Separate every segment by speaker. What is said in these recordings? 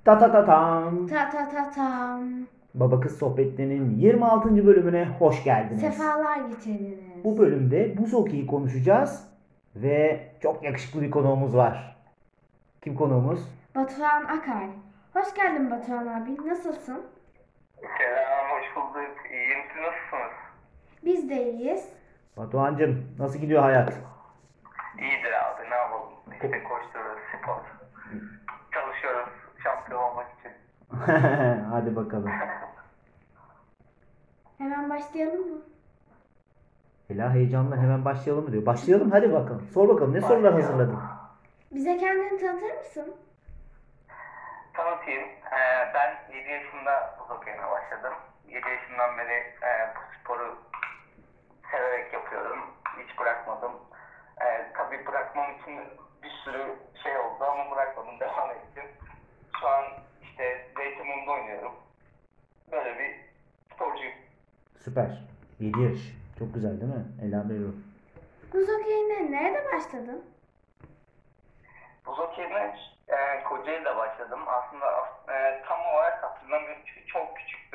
Speaker 1: Ta ta ta tam.
Speaker 2: Ta ta ta tam.
Speaker 1: Baba Kız Sohbetleri'nin 26. bölümüne hoş geldiniz.
Speaker 2: Sefalar getirdiniz.
Speaker 1: Bu bölümde buz hokeyi konuşacağız ve çok yakışıklı bir konuğumuz var. Kim konuğumuz?
Speaker 2: Batuhan Akay. Hoş geldin Batuhan abi. Nasılsın?
Speaker 3: Selam, hoş bulduk. İyiyim, siz nasılsınız?
Speaker 2: Biz de iyiyiz.
Speaker 1: Batuhan'cım nasıl gidiyor hayat?
Speaker 3: İyidir abi, ne yapalım? İşte koşturuyoruz, spor. Çalışıyoruz, şampiyon olmak için.
Speaker 1: Hadi bakalım.
Speaker 2: Hemen başlayalım mı?
Speaker 1: Ela heyecanla hemen başlayalım mı diyor. Başlayalım hadi bakalım. Sor bakalım ne sorular hazırladın?
Speaker 2: Bize kendini tanıtır mısın?
Speaker 3: Tanıtayım, ben 7 yaşında buz okeyine başladım. 7 yaşından beri bu sporu severek yapıyorum. Hiç bırakmadım. Tabii bırakmam için bir sürü şey oldu ama bırakmadım, devam ettim. Şu an işte Zeytinburnu'nda oynuyorum. Böyle bir sporcuyum.
Speaker 1: Süper. 7 yaş. Çok güzel değil mi? Ela Beyru.
Speaker 2: Buz okeyine nerede başladın?
Speaker 3: Buz okeyine Kocaeli'de başladım. Aslında tam olarak hatırlamıyorum çünkü çok küçüktüm.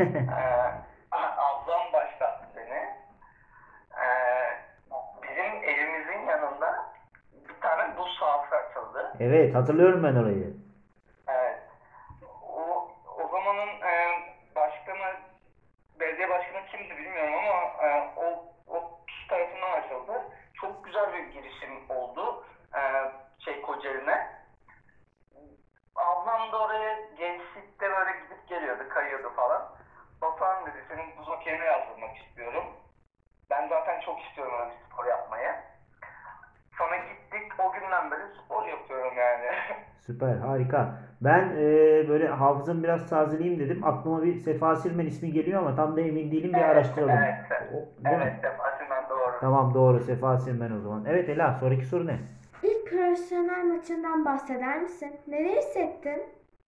Speaker 3: Ablam başlattı beni. E, Bizim evimizin yanında bir tane buz sahası açıldı.
Speaker 1: Evet hatırlıyorum ben orayı.
Speaker 3: Evet. O zamanın başkanı, belediye başkanı kimdi bilmiyorum ama o kişi tarafından açıldı. Çok güzel bir girişim oldu. Kocaeli'ne. Ablam da oraya gençlikte böyle gidip geliyordu, kayıyordu falan. Batuhan dedi, senin buz okeyine yazdırmak istiyorum. Ben zaten çok istiyorum öyle bir spor yapmayı. Sonra gittik, o günden beri spor yapıyorum yani.
Speaker 1: Süper, harika. Ben böyle hafızamı biraz tazeleyeyim dedim. Aklıma bir Sefa Silmen ismi geliyor ama tam da emin değilim. Bir
Speaker 3: Evet,
Speaker 1: araştıralım.
Speaker 3: evet,
Speaker 1: Değil mi?
Speaker 3: evet, Sebastian doğru.
Speaker 1: Tamam doğru Sefa Silmen o zaman. Evet Ela sonraki soru ne?
Speaker 2: İlk profesyonel maçından bahseder misin? Neler hissettin?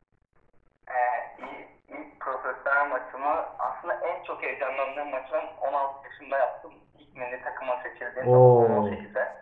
Speaker 3: İlk profesyonel maçımı aslında en çok heyecanlandığım maçı ben 16 yaşında yaptım. İlk milli takıma seçildiğim zaman
Speaker 1: Oo,
Speaker 3: U18'e.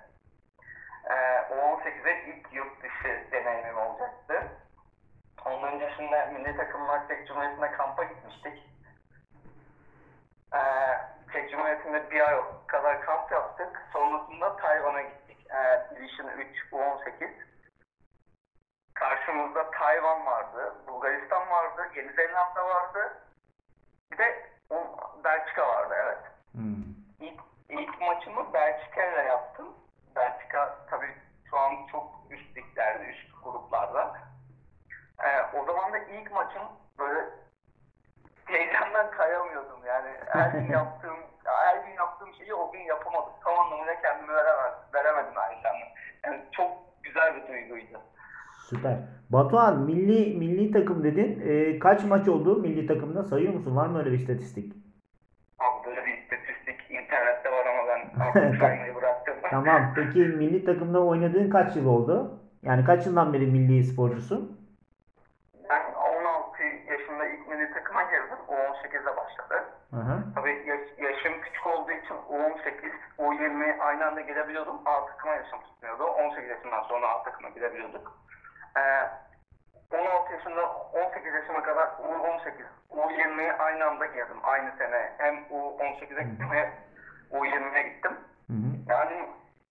Speaker 3: U18'e ilk yurt dışı deneyimim olacaktı. Onun öncesinde milli takımlar Çek Cumhuriyeti'ne kampa gitmiştik. Ee, Çek Cumhuriyeti'nde bir ay kadar kamp yaptık. Sonrasında Tayvan'a gittik. Division 3 U18. Karşımızda Tayvan vardı, Bulgaristan vardı, Yeni Zelanda vardı. Bir de Belçika vardı, evet.
Speaker 1: hmm,
Speaker 3: İlk maçımı Belçika ile yaptım. Belçika tabii şu an çok üst liglerde, üst gruplarda. O zaman da ilk maçım böyle heyecandan kayamıyordum yani. Her gün yaptığım şeyi o gün yapamadım. Tam anlamıyla kendimi veremedim heyecanla. Yani çok güzel bir duyguydu.
Speaker 1: süper. Batuhan milli takım dedin. Kaç maç oldu milli takımda sayıyor musun? Var mı öyle bir istatistik?
Speaker 3: Abi böyle bir istatistik internette var ama ben artık saymayı bıraktım.
Speaker 1: Tamam. Peki milli takımda oynadığın kaç yıl oldu? Yani kaç yıldan beri milli sporcusun?
Speaker 3: Ben 16 yaşında ilk milli takıma girdim. U18'de başladı.
Speaker 1: Hı hı.
Speaker 3: Tabii yaşım küçük olduğu için U18, U20 aynı anda girebiliyordum. A takıma yaşım tutmuyordu. 18 yaşından sonra A takıma girebiliyorduk. Ee, 16 yaşında 18 yaşına kadar U18, U20'ye aynı anda girdim. Aynı sene hem U18'e gittim hem U20'ye gittim.
Speaker 1: Hı hı.
Speaker 3: Yani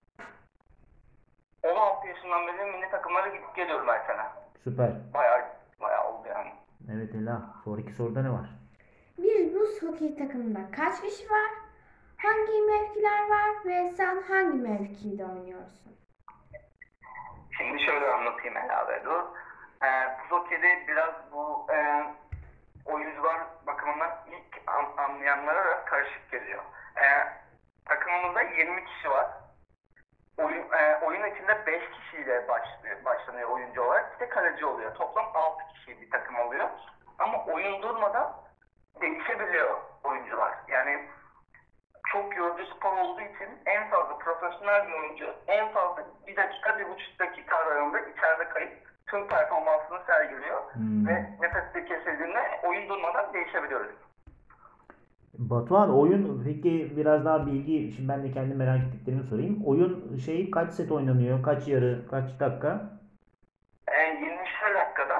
Speaker 3: 16 yaşından beri milli takımlara gidip geliyorum her sene.
Speaker 1: Süper.
Speaker 3: Bayağı bayağı oldu yani.
Speaker 1: Evet Ela. Sonraki soruda ne var?
Speaker 2: Bir buz hokey takımında kaç kişi var? Hangi mevkiler var ve sen hangi mevkide oynuyorsun?
Speaker 3: Şimdi şöyle anlatayım Ela dur. Buz okeyde biraz bu oyuncular bakımından ilk anlayanlara karışık geliyor. Takımımızda 20 kişi var. Oyun içinde 5 kişiyle başlanıyor oyuncu olarak. Bir de kaleci oluyor. Toplam 6 kişi bir takım oluyor. Ama oyun durmadan değişebiliyor oyuncular. Yani çok yorucu spor olduğu için en fazla profesyonel bir oyuncu en fazla 1 dakika, 1,5 dakika aralığında içeride kayıp tüm performansını sergiliyor
Speaker 1: Hmm.
Speaker 3: ve nefesi kesildiğinde oyun durmadan değişebiliyoruz.
Speaker 1: Batuhan oyun peki biraz daha bilgi şimdi ben de kendi merak ettiklerimi sorayım. Oyun kaç set oynanıyor? Kaç yarı? Kaç dakika?
Speaker 3: 20'şer dakikadan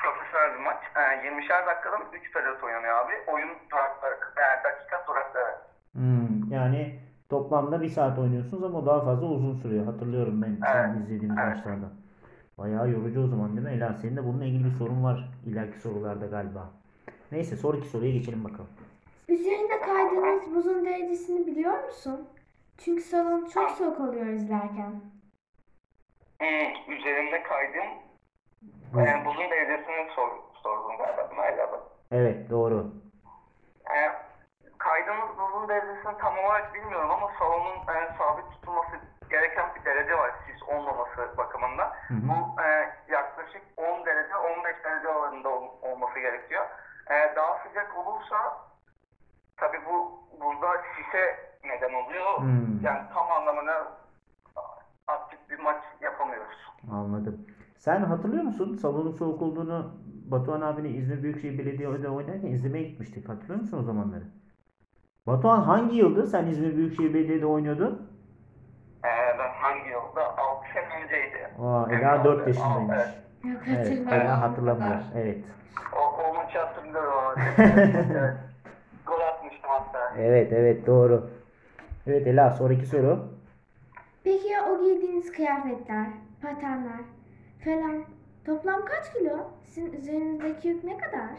Speaker 3: profesyonel bir maç. 20'şer dakikadan 3 periyot oynanıyor abi. Oyun durakları, yani dakika durakları.
Speaker 1: Yani toplamda bir saat oynuyorsunuz ama o daha fazla uzun sürüyor. Hatırlıyorum ben
Speaker 3: Evet.
Speaker 1: sizin izlediğiniz
Speaker 3: Evet.
Speaker 1: maçlarda. Bayağı yorucu o zaman değil mi Ela? Senin de bununla ilgili bir sorun var ileriki sorularda galiba. Neyse sonraki soruya geçelim bakalım.
Speaker 2: Üzerinde kaydığınız buzun derecesini biliyor musun? Çünkü salon çok soğuk oluyor izlerken.
Speaker 3: Üzerinde kaydığım buzun derecesini sordum galiba. Galiba.
Speaker 1: Evet doğru.
Speaker 3: Kaydığımız buzun derecesini tam olarak bilmiyorum ama salonun sabit tutulması gereken bir derece var sis olmaması bakımından. Bu yaklaşık 10 derece 15 derece aralığında olması gerekiyor. Daha sıcak olursa tabii bu buzda sise neden oluyor. Yani tam anlamına aktif bir maç yapamıyoruz.
Speaker 1: Anladım. Sen hatırlıyor musun? Salonun soğuk olduğunu Batuhan abini İzmir Büyükşehir Belediye'de oynarken izlemeye gitmiştik. Hatırlıyor musun o zamanları? Batuhan hangi yıldı sen İzmir Büyükşehir Belediye'de oynuyordun?
Speaker 3: Ben hangi yılda? 6 sene önceydi.
Speaker 1: Ela 4 yaşındaymış.
Speaker 3: Evet.
Speaker 2: Yok
Speaker 1: Evet,
Speaker 2: hatırlamıyorum.
Speaker 1: Ela
Speaker 2: o
Speaker 1: hatırlamıyor.
Speaker 2: kadar.
Speaker 1: Evet.
Speaker 3: O maçı hatırlıyorum ama. Evet. Gol atmıştım hatta.
Speaker 1: Evet doğru. Evet Ela sonraki soru.
Speaker 2: Peki ya o giydiğiniz kıyafetler, patenler falan toplam kaç kilo? Sizin üzerinizdeki yük ne kadar?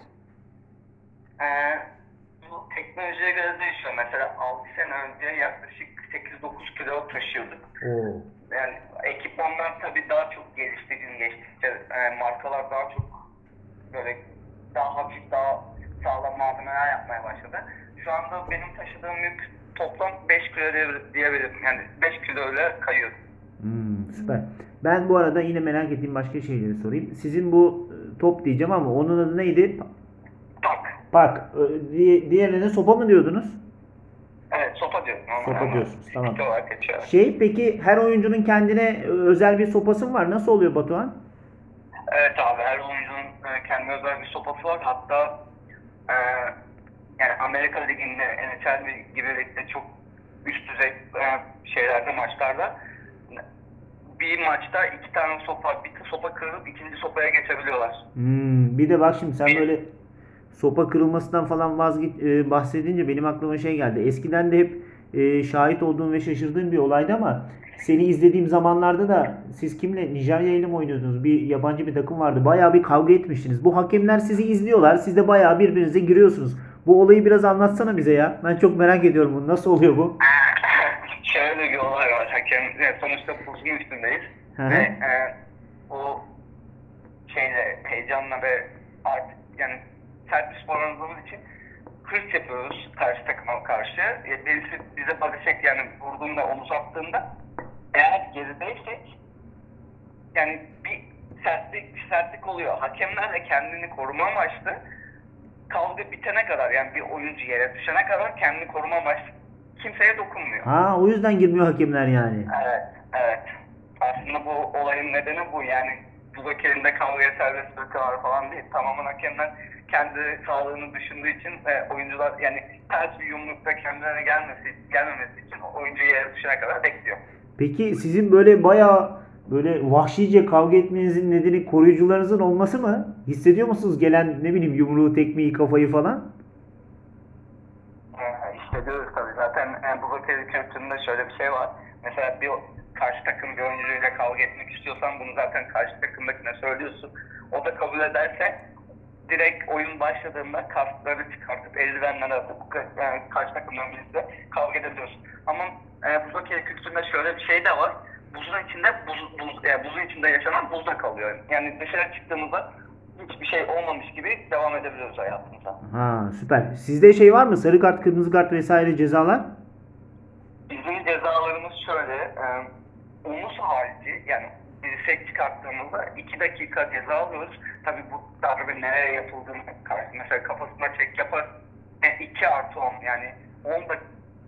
Speaker 3: Bu teknolojiye göre değişiyor. Mesela 6 sene önce yaklaşık 8-9 kilo taşıyorduk.
Speaker 1: Oo.
Speaker 3: Yani ekipmanlar tabii daha çok gelişti gün geçtikçe. Markalar daha çok böyle daha hafif, daha sağlam malzemeler yapmaya başladı. Şu anda benim taşıdığım yük toplam 5 kilo diyebilirim. Yani 5 kilo ile kayıyor.
Speaker 1: Süper. Ben bu arada yine merak ettiğim başka şeyleri sorayım. Sizin bu top diyeceğim ama onun adı neydi?
Speaker 3: Tak.
Speaker 1: Pak. Diğerine sopa mı diyordunuz?
Speaker 3: Evet, sopa diyorum.
Speaker 1: Sopa diyorsunuz. Tamam.
Speaker 3: Sopa olarak geçiyor.
Speaker 1: Peki her oyuncunun kendine özel bir sopası mı var? Nasıl oluyor Batuhan?
Speaker 3: Evet abi, her oyuncunun kendi özel bir sopası var. Hatta yani Amerika Ligi'nde, NHL gibi ligde çok üst düzey şeylerde, maçlarda bir maçta 2 tane sopa, bir sopa kırılıp ikinci sopaya geçebiliyorlar.
Speaker 1: Bir de bak şimdi sen böyle sopa kırılmasından falan bahsedince benim aklıma şey geldi. Eskiden de hep şahit olduğum ve şaşırdığım bir olaydı ama seni izlediğim zamanlarda da siz kimle Nijerya ile mi oynuyordunuz? Bir yabancı bir takım vardı. Bayağı bir kavga etmiştiniz. Bu hakemler sizi izliyorlar. Siz de bayağı birbirinize giriyorsunuz. Bu olayı biraz anlatsana bize ya. Ben çok merak ediyorum bunu. Nasıl oluyor bu?
Speaker 3: Şöyle bir olay var. Hakem sonuçta buzun üstündeyiz.
Speaker 1: Hı hı.
Speaker 3: Ve o şeyle, heyecanla ve artık yani sert bir spor oynadığımız için hırs yapıyoruz karşı takıma karşı. Birisi bize bakacak, yani vurduğunda, omuz attığında eğer gerideysek yani bir sertlik oluyor. Hakemler de kendini koruma amaçlı kavga bitene kadar, yani bir oyuncu yere düşene kadar kendini koruma amaçlı kimseye dokunmuyor.
Speaker 1: O yüzden girmiyor hakemler yani.
Speaker 3: Evet. Aslında bu olayın nedeni bu. Yani buz okeyinde kavgaya serbest bırakıyorlar falan değil. Tamamen hakemler kendi sağlığını düşündüğü için oyuncular yani ters bir yumrukta kendilerine gelmemesi için oyuncuyu yere düşene kadar bekliyor.
Speaker 1: Peki sizin böyle bayağı böyle vahşice kavga etmenizin nedeni koruyucularınızın olması mı? Hissediyor musunuz gelen ne bileyim yumruğu, tekmeyi, kafayı falan?
Speaker 3: Hissediyoruz tabii. Zaten buz okey kültüründe şöyle bir şey var. Mesela bir karşı takım bir oyuncuyla kavga etmek istiyorsan bunu zaten karşı takımdakine söylüyorsun. O da kabul ederse direkt oyun başladığında kaskları çıkartıp eldivenleri atıp karşı takımdan birlikte kavga edebiliyorsun. Ama buz okey kültüründe şöyle bir şey de var. Buzun içinde buzun içinde yaşanan buzda kalıyor. Yani dışarı çıktığımızda hiçbir şey olmamış gibi devam edebiliyoruz hayatımıza.
Speaker 1: Süper. Sizde şey var mı? Sarı kart, kırmızı kart vesaire cezalar?
Speaker 3: Bizim cezalarımız şöyle, omuz harici, yani dirsek çıkarttığımızda 2 dakika ceza alıyoruz. Tabii bu darbe nereye yapıldığını karşı, mesela kafasına çek yapar, 2+10, yani 10 dakika.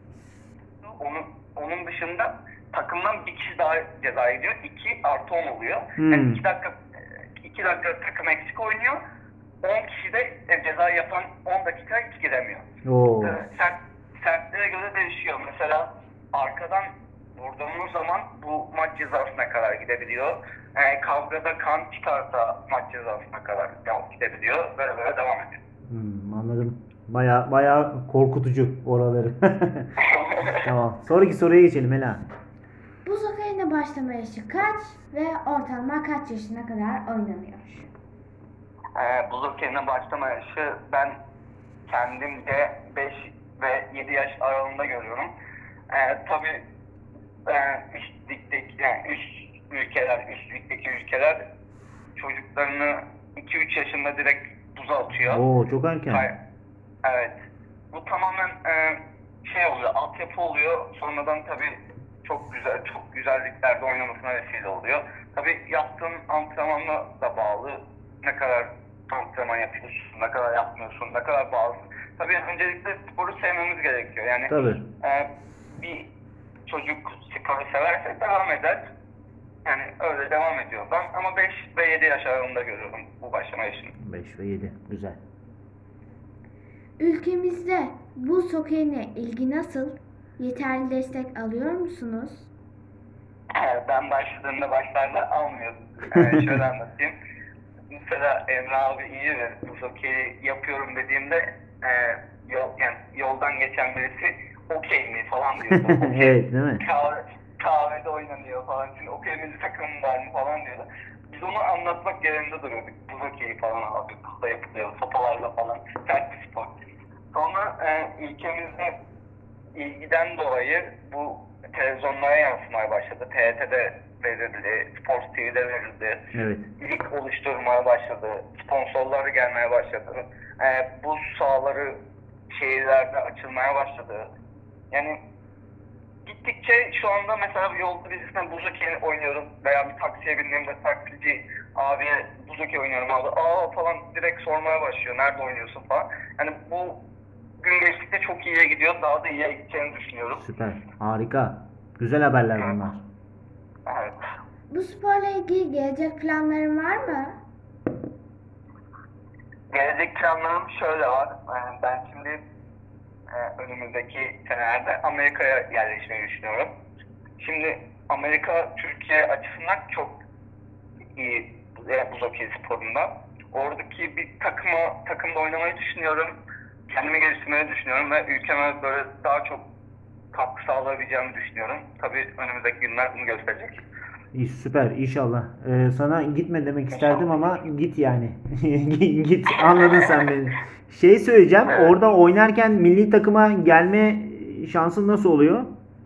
Speaker 3: Onun dışında takımdan bir kişi daha ceza ediyor, 2+10 oluyor. Yani 2 dakika takım eksik oynuyor, 10 kişi de ceza yapan 10 dakika hiç giremiyor.
Speaker 1: Oo.
Speaker 3: Sertliğe göre değişiyor. Mesela arkadan vurduğumuz zaman bu maç cezasına kadar gidebiliyor. Kavgada kan çıkarsa maç cezasına kadar gidebiliyor. Böyle böyle devam ediyor.
Speaker 1: Anladım. Baya korkutucu oraları. Tamam. Sonraki soruya geçelim Ela.
Speaker 2: Buz okeyine başlama yaşı kaç ve ortalama kaç yaşına kadar oynanıyor?
Speaker 3: Buz okeyine başlama yaşı ben kendimce 5 ve 7 yaş aralığında görüyorum. Tabii üst ligdeki, yani üst ligdeki ülkeler çocuklarını 2-3 yaşında direkt buza atıyor.
Speaker 1: Oo, çok erken.
Speaker 3: Evet. Bu tamamen şey oluyor, altyapı oluyor. Sonradan tabii çok güzel liglerde oynamasına vesile oluyor. Tabii yaptığın antrenmanla da bağlı. Ne kadar antrenman yapıyorsun, ne kadar yapmıyorsun, ne kadar bağlısın. Tabii öncelikle sporu sevmemiz gerekiyor. Yani
Speaker 1: Tabii.
Speaker 3: bir çocuk sporu severse devam eder. Yani öyle devam ediyor. Ben ama 5 ve 7 yaş aralığında görüyorum bu başlama yaşını.
Speaker 1: 5 ve 7. Güzel.
Speaker 2: Ülkemizde buz okeyine ilgi nasıl? Yeterli destek alıyor musunuz?
Speaker 3: Ben başladığımda başlarda almıyordum. Şöyle anlatayım. Mesela Emre abi iyi ve buz okeyi yapıyorum dediğimde yoldan geçen birisi okey mi falan diyordu.
Speaker 1: Evet, değil mi?
Speaker 3: Kahvede oynanıyor falan. Şimdi okey milli takımım var mı falan diyordu. Biz onu anlatmak yerinde duruyorduk. Buz okeyi falan abi burada yapılıyor. Sopalarla falan. Sert bir spor. Sonra ülkemizde ilgiden dolayı bu televizyonlara yansımaya başladı. TRT'de verildi, Sports TV'de verildi.
Speaker 1: Evet.
Speaker 3: Lig oluşturmaya başladı. Sponsorları gelmeye başladı. Buz sahaları şehirlerde açılmaya başladı. Yani gittikçe şu anda mesela yolda birisine buz okey oynuyorum veya bir taksiye bindiğimde taksici abiye buz okey oynuyorum abi. Aa falan direkt sormaya başlıyor. Nerede oynuyorsun falan. Yani bu gün geçtikçe çok iyiye gidiyor. Daha da iyiye gideceğini düşünüyorum.
Speaker 1: Süper. Harika. Güzel haberler bunlar.
Speaker 2: Evet. Bu sporla ilgili gelecek planların var mı?
Speaker 3: Gelecek planlarım şöyle var. Ben şimdi önümüzdeki senelerde Amerika'ya yerleşmeyi düşünüyorum. Şimdi Amerika Türkiye açısından çok iyi buz okey sporunda. Oradaki bir takımda oynamayı düşünüyorum. Kendimi geliştirmeyi düşünüyorum ve ülkeme böyle daha çok katkı sağlayabileceğimi düşünüyorum. Tabii önümüzdeki günler bunu gösterecek.
Speaker 1: İyi, süper. İnşallah. Sana gitme demek isterdim ama git yani. Git. Anladın sen beni. Şey söyleyeceğim.
Speaker 3: Evet.
Speaker 1: Orada oynarken milli takıma gelme şansın nasıl oluyor?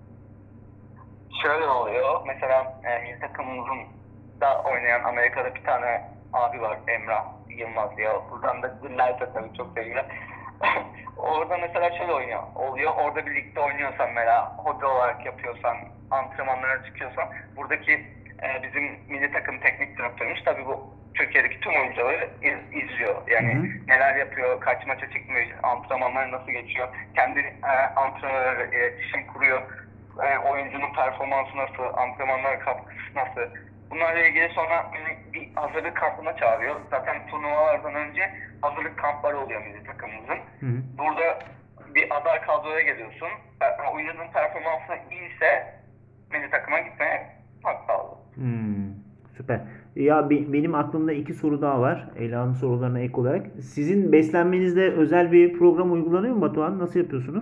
Speaker 3: Şöyle oluyor. Mesela milli takımımızın da oynayan Amerika'da bir tane abi var. Emrah Yılmaz diye. Buradan da dinlerse tabii çok sevgiler. Orada mesela şöyle oluyor. Orada bir ligde oynuyorsan veya hobi olarak yapıyorsan, antrenmanlara çıkıyorsan buradaki bizim milli takım teknik direktörümüz tabii bu Türkiye'deki tüm oyuncuları izliyor. Yani
Speaker 1: Hı hı.
Speaker 3: neler yapıyor, kaç maça çıkmış, antrenmanlar nasıl geçiyor, kendi antrenörlerle iletişim kuruyor. Oyuncunun performansı nasıl, antrenmanlara katkısı nasıl. Bunlarla ilgili sonra bir hazırlık kampına çağırıyor. Zaten turnuvalardan önce hazırlık kampları oluyor milli takımımızın.
Speaker 1: Hı hı.
Speaker 3: Burada bir aday kadroya geliyorsun. Oyuncunun performansı iyiyse milli takıma gitmeye hak sağlıyor.
Speaker 1: Süper. Ya benim aklımda 2 soru daha var. Ela'nın sorularına ek olarak. Sizin beslenmenizde özel bir program uygulanıyor mu Batuhan? Nasıl yapıyorsunuz?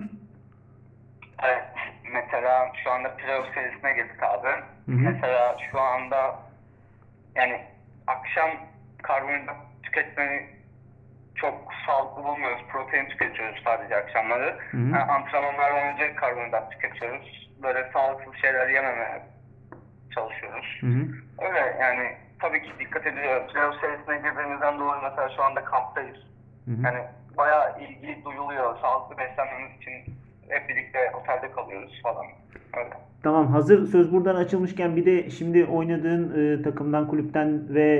Speaker 3: Evet. Mesela şu anda pilav serisine girdik abi.
Speaker 1: Hı.
Speaker 3: Mesela şu anda yani akşam karbonhidrat tüketmeyi çok sağlıklı bulmuyoruz. Protein tüketiyoruz sadece akşamları.
Speaker 1: Hı.
Speaker 3: Antrenmanlardan önce karbonhidrat tüketiyoruz. Böyle sağlıksız şeyler yememeye çalışıyoruz.
Speaker 1: Hı hı.
Speaker 3: Öyle yani tabii ki dikkat ediyoruz. Pilav serisine girdiğimizden dolayı mesela şu anda kamptayız.
Speaker 1: Hı hı.
Speaker 3: Yani bayağı ilgi duyuluyor. Sağlıklı beslenmemiz için hep birlikte otelde kalıyoruz falan. Öyle.
Speaker 1: Tamam, hazır söz buradan açılmışken bir de şimdi oynadığın takımdan, kulüpten ve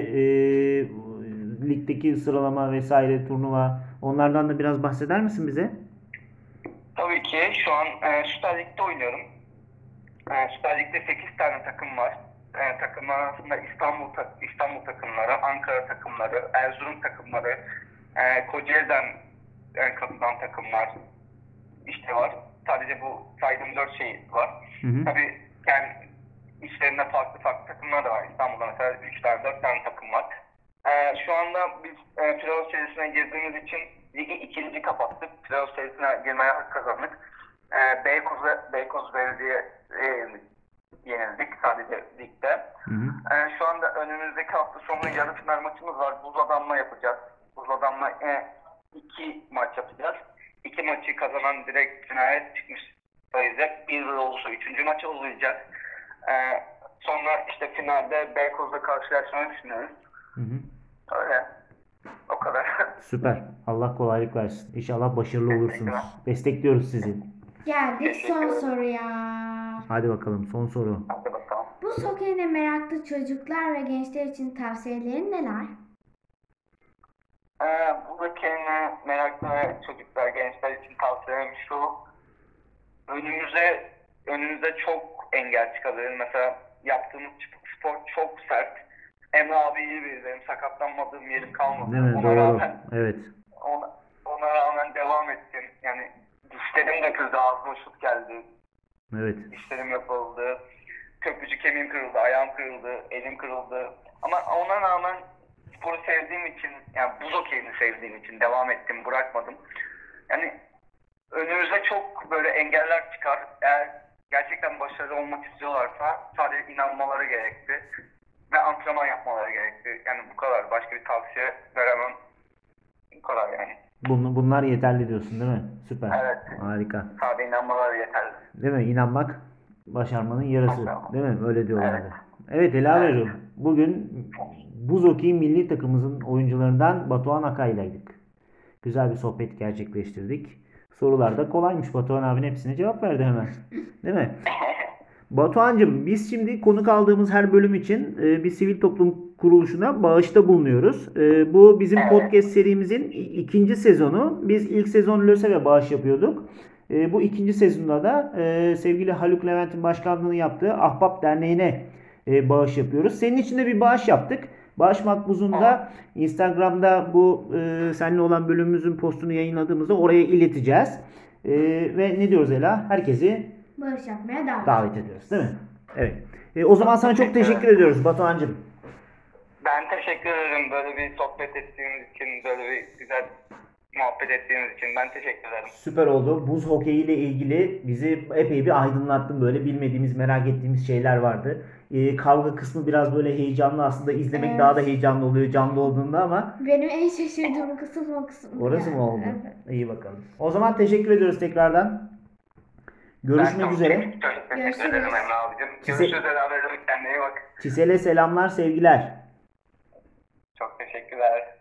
Speaker 1: ligdeki sıralama vesaire, turnuva, onlardan da biraz bahseder misin bize?
Speaker 3: Tabii ki şu an Süper Lig'de oynuyorum. Süper Lig'de 8 tane takım var. Takımlar arasında İstanbul takımları, Ankara takımları, Erzurum takımları, Kocaeli'den katılan takımlar işte var. Sadece bu saydığım 4 şey var.
Speaker 1: Hı hı.
Speaker 3: Tabii kendi işlerinde farklı farklı takımlar da var. İstanbul'da mesela 3 tane 4 tane takım var. Şu anda biz playoff serisine girdiğimiz için ligi ikinci kapattık. Playoff serisine girmeye hak kazandık. Beykoz Belediye yenildik sadece ligde.
Speaker 1: Hı hı.
Speaker 3: Şu anda önümüzdeki hafta sonu yarı final maçımız var. Buz adamla yapacağız. Buz adamla 2 maç yapacağız. 2 maçı kazanan direkt finale çıkmış sayılacak. 1-1 olursa 3. maça olacak. Sonra işte finalde Beykoz'la karşılaşmayı düşünüyoruz.
Speaker 1: Hı hı.
Speaker 3: Öyle. O kadar.
Speaker 1: Süper. Allah kolaylık versin. İnşallah başarılı olursunuz. Destekliyoruz sizi.
Speaker 2: Geldik son
Speaker 3: Teşekkür ederim.
Speaker 2: soruya.
Speaker 1: Hadi bakalım son soru.
Speaker 3: Hadi bakalım.
Speaker 2: Buz hokeyine meraklı çocuklar ve gençler için tavsiyelerin neler?
Speaker 3: Buradaki kendine meraklı çocuklar, gençler için tavsiyem şu. Önümüze çok engel çıkabilir. Mesela yaptığımız spor çok sert. Emre abi iyi bilir. Benim sakatlanmadığım yerim kalmadı.
Speaker 1: Değil mi?
Speaker 3: Ona
Speaker 1: Doğru.
Speaker 3: rağmen
Speaker 1: Evet.
Speaker 3: ona rağmen devam ettim. Yani dişlerim döküldü, ağzıma şut geldi.
Speaker 1: Evet.
Speaker 3: Dişlerim yapıldı. Köprücük kemiğim kırıldı, ayağım kırıldı, elim kırıldı. Ama ona rağmen sporu sevdiğim için, yani buz hokeyini sevdiğim için devam ettim, bırakmadım. Yani önümüze çok böyle engeller çıkar. Eğer gerçekten başarılı olmak istiyorlarsa sadece inanmaları gerekti ve antrenman yapmaları gerekti. Yani bu kadar. Başka bir tavsiye veremem. Bu kadar yani.
Speaker 1: Bunlar yeterli diyorsun değil mi? Süper.
Speaker 3: Evet.
Speaker 1: Harika.
Speaker 3: Sadece inanmaları yeterli.
Speaker 1: Değil mi? İnanmak başarmanın yarısı.
Speaker 3: Bravo.
Speaker 1: Değil mi? Öyle diyorlardı.
Speaker 3: Evet.
Speaker 1: Evet Ela bugün buz hokeyi milli takımımızın oyuncularından Batuhan Akay'laydık. Güzel bir sohbet gerçekleştirdik. Sorular da kolaymış. Batuhan abinin hepsine cevap verdi hemen. Değil mi? Batuhan'cığım biz şimdi konuk aldığımız her bölüm için bir sivil toplum kuruluşuna bağışta bulunuyoruz. Bu bizim podcast serimizin ikinci sezonu. Biz ilk sezon LÖSEV'e bağış yapıyorduk. Bu ikinci sezonda da sevgili Haluk Levent'in başkanlığını yaptığı Ahbap Derneği'ne bağış yapıyoruz. Senin için de bir bağış yaptık. Bağış Makbuz'unda Instagram'da bu seninle olan bölümümüzün postunu yayınladığımızda oraya ileteceğiz. Ve ne diyoruz Ela? Herkesi
Speaker 2: Bağış yapmaya
Speaker 1: davet ediyoruz değil mi? Evet. O zaman sana çok teşekkür ediyoruz Batuhan'cığım.
Speaker 3: Ben teşekkür ederim böyle bir sohbet ettiğiniz için, böyle bir güzel muhabbet ettiğiniz için. Ben teşekkür ederim.
Speaker 1: Süper oldu. Buz hokeyi ile ilgili bizi epey bir aydınlattın. Böyle bilmediğimiz, merak ettiğimiz şeyler vardı. Kavga kısmı biraz böyle heyecanlı aslında. İzlemek
Speaker 2: Evet.
Speaker 1: daha da heyecanlı oluyor canlı olduğunda ama
Speaker 2: Benim en şaşırdığım kısım o kısım.
Speaker 1: orası
Speaker 2: yani.
Speaker 1: mı oldu?
Speaker 2: Evet.
Speaker 1: İyi bakalım. O zaman teşekkür ediyoruz tekrardan. Görüşmek üzere.
Speaker 3: Çok teşekkür
Speaker 2: Görüşürüz.
Speaker 3: ederim Emre abicim.
Speaker 1: Size-
Speaker 3: Görüşürüz Ela abicim. Kendine iyi bak.
Speaker 1: Çisel'e selamlar, sevgiler.
Speaker 3: Çok teşekkürler.